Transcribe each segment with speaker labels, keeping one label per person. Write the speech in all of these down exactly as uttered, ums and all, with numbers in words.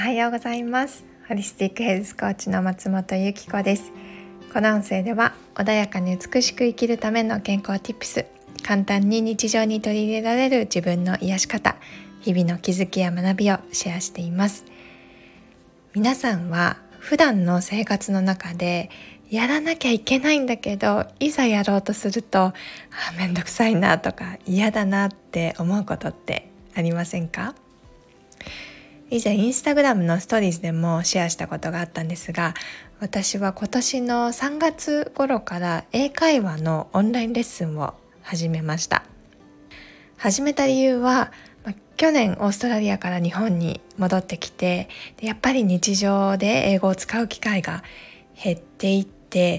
Speaker 1: はようございます。ホリスティックヘルスコーチの松本由紀子です。この音声では穏やかに美しく生きるための健康ティップス、簡単に日常に取り入れられる自分の癒し方、日々の気づきや学びをシェアしています。皆さんは普段の生活の中でやらなきゃいけないんだけど、いざやろうとするとあめんどくさいなとか嫌だなって思うことってありませんか？以前インスタグラムのストーリーズでもシェアしたことがあったんですが、私は今年のさんがつ頃から英会話のオンラインレッスンを始めました。始めた理由は、まあ、去年オーストラリアから日本に戻ってきて、でやっぱり日常で英語を使う機会が減っていって、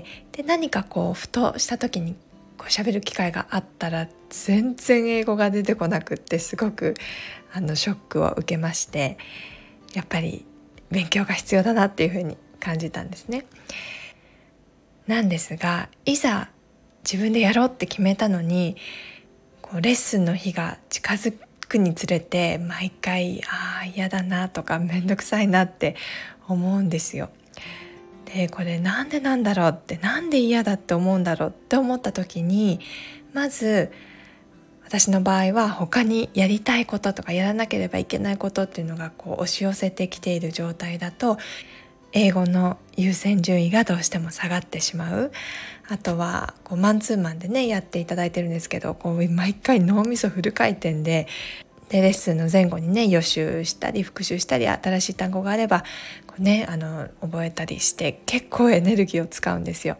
Speaker 1: で何かこうふとした時にこう喋る機会があったら全然英語が出てこなくって、すごくあのショックを受けまして、やっぱり勉強が必要だなっていうふうに感じたんですね。なんですが、いざ自分でやろうって決めたのに、こうレッスンの日が近づくにつれて毎回ああ嫌だなとかめんどくさいなって思うんですよ。でこれなんでなんだろうって、なんで嫌だって思うんだろうって思った時に、まず私の場合は他にやりたいこととかやらなければいけないことっていうのがこう押し寄せてきている状態だと、英語の優先順位がどうしても下がってしまう。あとはこうマンツーマンでねやっていただいてるんですけど、こう毎回脳みそフル回転ででレッスンの前後にね予習したり復習したり、新しい単語があればこう、ね、あの覚えたりして結構エネルギーを使うんですよ。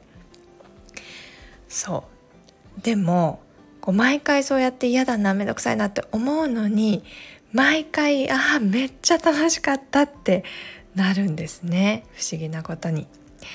Speaker 1: そうでもこう毎回そうやって嫌だなめんどくさいなって思うのに、毎回あめっちゃ楽しかったってなるんですね。不思議なことに。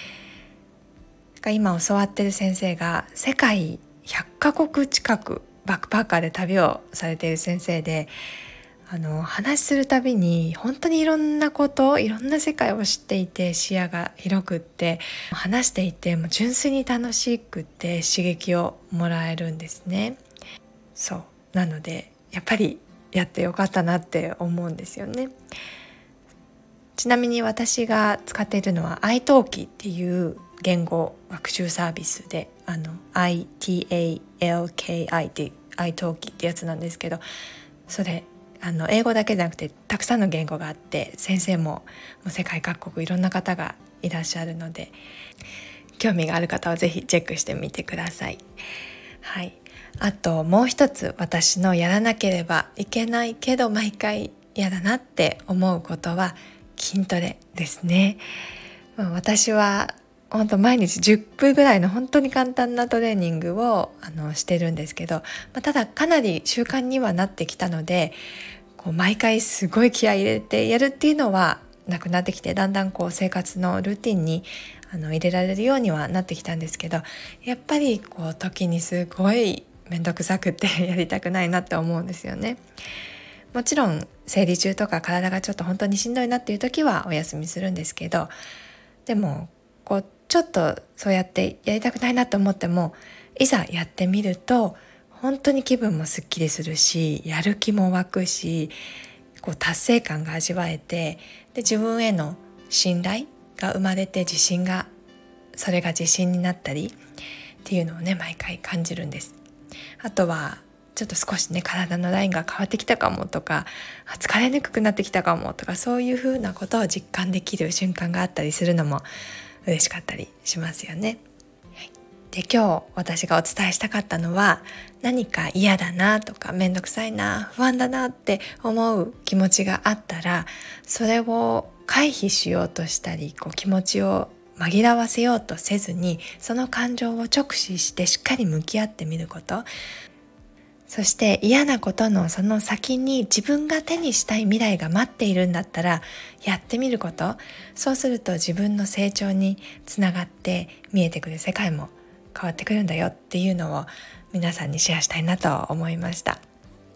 Speaker 1: 今教わってる先生が世界ひゃっかこく近くバックパッカーで旅をされている先生で、あの話するたびに本当にいろんなこと、いろんな世界を知っていて、視野が広くって、話していても純粋に楽しくって刺激をもらえるんですね。そうなのでやっぱりやってよかったなって思うんですよね。ちなみに私が使っているのは iTalki っていう言語学習サービスで、あの アイタルキアイ って iTalki ってやつなんですけど、それあの英語だけじゃなくてたくさんの言語があって、先生ももう世界各国いろんな方がいらっしゃるので、興味がある方はぜひチェックしてみてください。はい。あともう一つ、私のやらなければいけないけど毎回嫌だなって思うことは筋トレですね。まあ、私は本当毎日じゅっぷんぐらいの本当に簡単なトレーニングをあのしてるんですけど、まあ、ただかなり習慣にはなってきたので、こう毎回すごい気合い入れてやるっていうのはなくなってきて、だんだんこう生活のルーティンにあの入れられるようにはなってきたんですけど、やっぱりこう時にすごいめんどくさくってやりたくないなって思うんですよね。もちろん生理中とか体がちょっと本当にしんどいなっていう時はお休みするんですけど、でもこうちょっとそうやってやりたくないなと思っても、いざやってみると本当に気分もすっきりするし、やる気も湧くし、こう達成感が味わえて、で自分への信頼が生まれて、自信がそれが自信になったりっていうのをね毎回感じるんです。あとはちょっと少しね体のラインが変わってきたかもとか、疲れにくくなってきたかもとか、そういうふうなことを実感できる瞬間があったりするのも嬉しかったりしますよね。で今日私がお伝えしたかったのは、何か嫌だなとかめんどくさいな、不安だなって思う気持ちがあったら、それを回避しようとしたり、こう気持ちを紛らわせようとせずに、その感情を直視してしっかり向き合ってみること、そして嫌なことのその先に自分が手にしたい未来が待っているんだったらやってみること、そうすると自分の成長につながって見えてくる世界も変わってくるんだよっていうのを皆さんにシェアしたいなと思いました。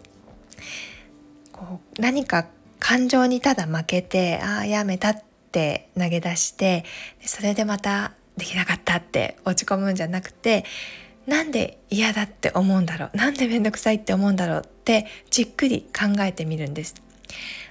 Speaker 1: こう何か感情にただ負けて、ああやめたって投げ出して、それでまたできなかったって落ち込むんじゃなくて、なんで嫌だって思うんだろう、なんでめんどくさいって思うんだろうってじっくり考えてみるんです。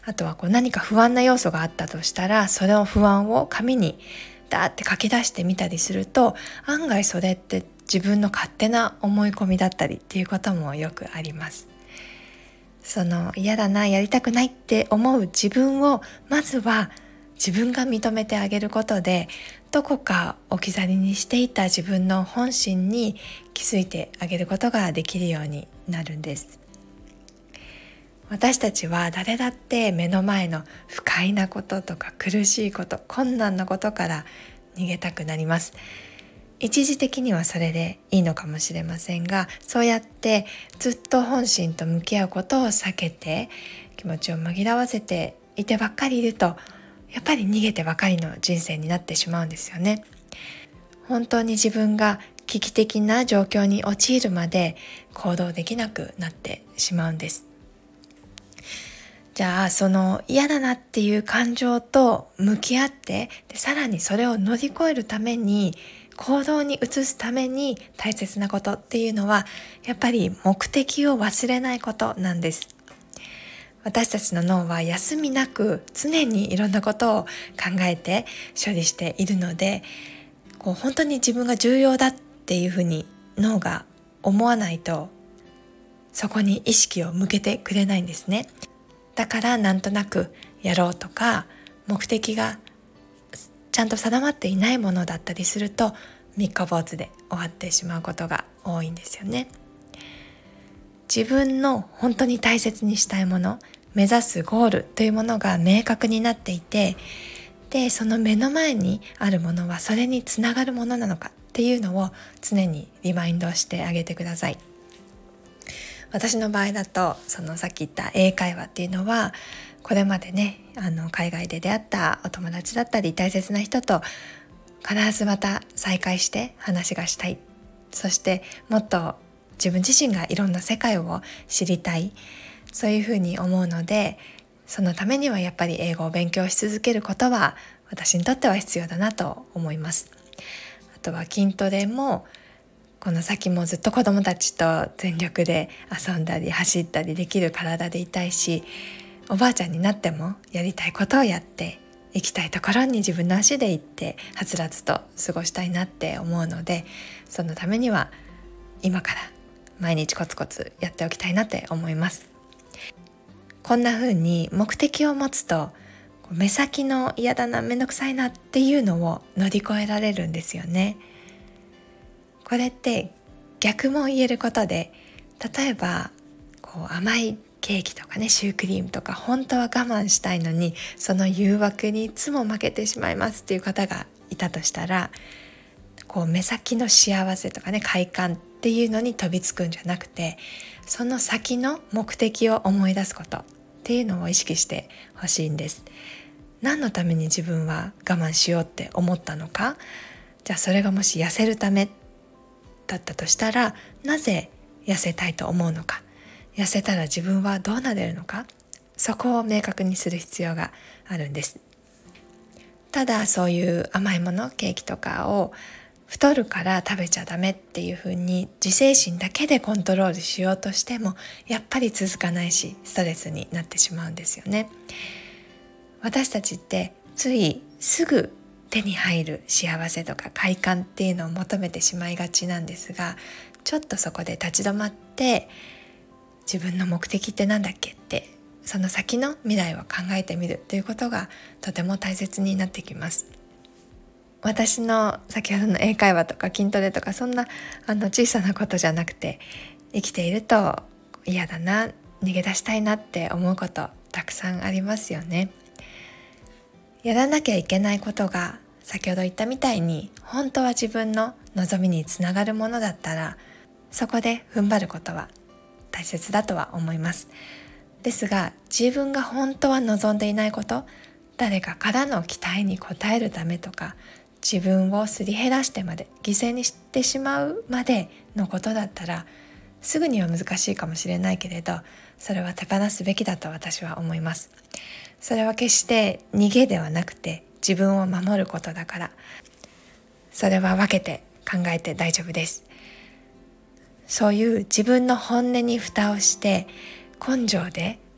Speaker 1: あとはこう何か不安な要素があったとしたら、その不安を紙にダーって書き出してみたりすると、案外それって自分の勝手な思い込みだったりっていうこともよくあります。その嫌だな、やりたくないって思う自分をまずは自分が認めてあげることで、どこか置き去りにしていた自分の本心に気づいてあげることができるようになるんです。私たちは誰だって目の前の不快なこととか苦しいこと、困難なことから逃げたくなります。一時的にはそれでいいのかもしれませんが、そうやってずっと本心と向き合うことを避けて気持ちを紛らわせていてばっかりいると、やっぱり逃げてばかりの人生になってしまうんですよね。本当に自分が危機的な状況に陥るまで行動できなくなってしまうんです。じゃあその嫌だなっていう感情と向き合って、でさらにそれを乗り越えるために行動に移すために大切なことっていうのは、やっぱり目的を忘れないことなんです。私たちの脳は休みなく常にいろんなことを考えて処理しているので、こう本当に自分が重要だっていうふうに脳が思わないと、そこに意識を向けてくれないんですね。だからなんとなくやろうとか、目的がちゃんと定まっていないものだったりすると三日坊主で終わってしまうことが多いんですよね。自分の本当に大切にしたいもの、目指すゴールというものが明確になっていて、でその目の前にあるものはそれにつながるものなのかっていうのを常にリマインドしてあげてください。私の場合だと、そのさっき言った英会話っていうのは、これまでね、あの海外で出会ったお友達だったり大切な人と必ずまた再会して話がしたい、そしてもっと自分自身がいろんな世界を知りたい、そういうふうに思うので、そのためにはやっぱり英語を勉強し続けることは私にとっては必要だなと思います。あとは筋トレも、この先もずっと子どもたちと全力で遊んだり走ったりできる体でいたいし、おばあちゃんになってもやりたいことをやって、行きたいところに自分の足で行ってはつらつと過ごしたいなって思うので、そのためには今から毎日コツコツやっておきたいなって思います。こんな風に目的を持つと、目先の嫌だな、めんどくさいなっていうのを乗り越えられるんですよね。これって逆も言えることで、例えばこう甘いケーキとかね、シュークリームとか本当は我慢したいのに、その誘惑にいつも負けてしまいますっていう方がいたとしたら、こう目先の幸せとかね、快感っていうのに飛びつくんじゃなくて、その先の目的を思い出すことっていうのを意識してほしいんです。何のために自分は我慢しようって思ったのか、じゃあそれがもし痩せるためだったとしたら、なぜ痩せたいと思うのか、痩せたら自分はどうなれるのか、そこを明確にする必要があるんです。ただそういう甘いもの、ケーキとかを太るから食べちゃダメっていう風に自制心だけでコントロールしようとしても、やっぱり続かないし、ストレスになってしまうんですよね。私たちってついすぐ手に入る幸せとか快感っていうのを求めてしまいがちなんですが、ちょっとそこで立ち止まって、自分の目的ってなんだっけって、その先の未来を考えてみるということがとても大切になってきます。私の先ほどの英会話とか筋トレとか、そんなあの小さなことじゃなくて、生きていると嫌だな、逃げ出したいなって思うことたくさんありますよね。やらなきゃいけないことが先ほど言ったみたいに本当は自分の望みにつながるものだったら、そこで踏ん張ることは大切だとは思います。ですが、自分が本当は望んでいないこと、誰かからの期待に応えるためとか、自分をすり減らしてまで犠牲にしてしまうまでのことだったら、すぐには難しいかもしれないけれど、それは手放すべきだと私は思います。それは決して逃げではなくて、自分を守ることだから、それは分けて考えて大丈夫です。そういう自分の本音に蓋をして、根性で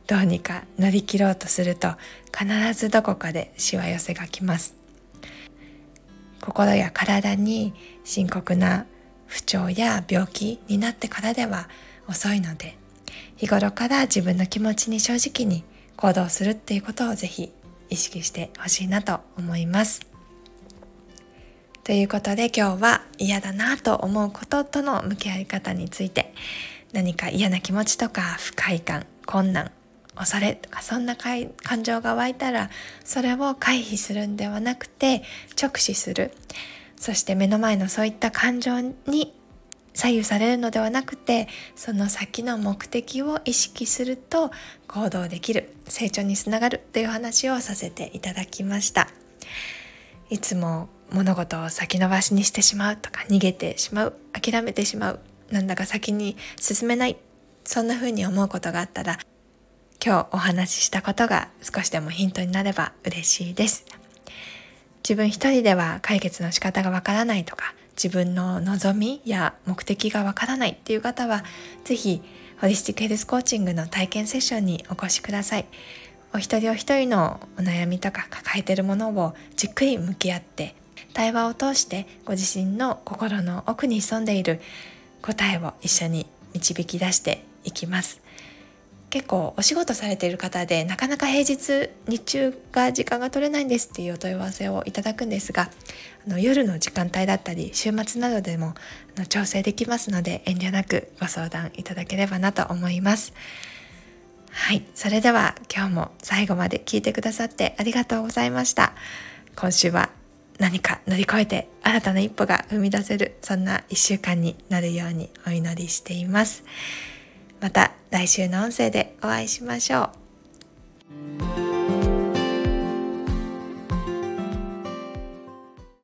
Speaker 1: どうにか乗り切ろうとすると必ずどこかでしわ寄せがきます。心や体に深刻な不調や病気になってからでは遅いので、日頃から自分の気持ちに正直に行動するっていうことをぜひ意識してほしいなと思います。ということで今日は嫌だなと思うこととの向き合い方について、何か嫌な気持ちとか不快感、困難、恐れとかそんな感情が湧いたら、それを回避するんではなくて直視する。そして目の前のそういった感情に左右されるのではなくて、その先の目的を意識すると行動できる、成長につながるという話をさせていただきました。いつも物事を先延ばしにしてしまうとか、逃げてしまう、諦めてしまう、なんだか先に進めない、そんな風に思うことがあったら、今日お話ししたことが少しでもヒントになれば嬉しいです。自分一人では解決の仕方がわからないとか、自分の望みや目的がわからないっていう方は、ぜひホリスティックヘルスコーチングの体験セッションにお越しください。お一人お一人のお悩みとか抱えているものをじっくり向き合って、対話を通してご自身の心の奥に潜んでいる答えを一緒に導き出していきます。結構お仕事されている方でなかなか平日日中が時間が取れないんですっていうお問い合わせをいただくんですが、あの夜の時間帯だったり週末などでもあの調整できますので、遠慮なくご相談いただければなと思います。はい、それでは今日も最後まで聞いてくださってありがとうございました。今週は何か乗り越えて新たな一歩が踏み出せる、そんないっしゅうかんになるようにお祈りしています。また来週の音声でお会いしましょう。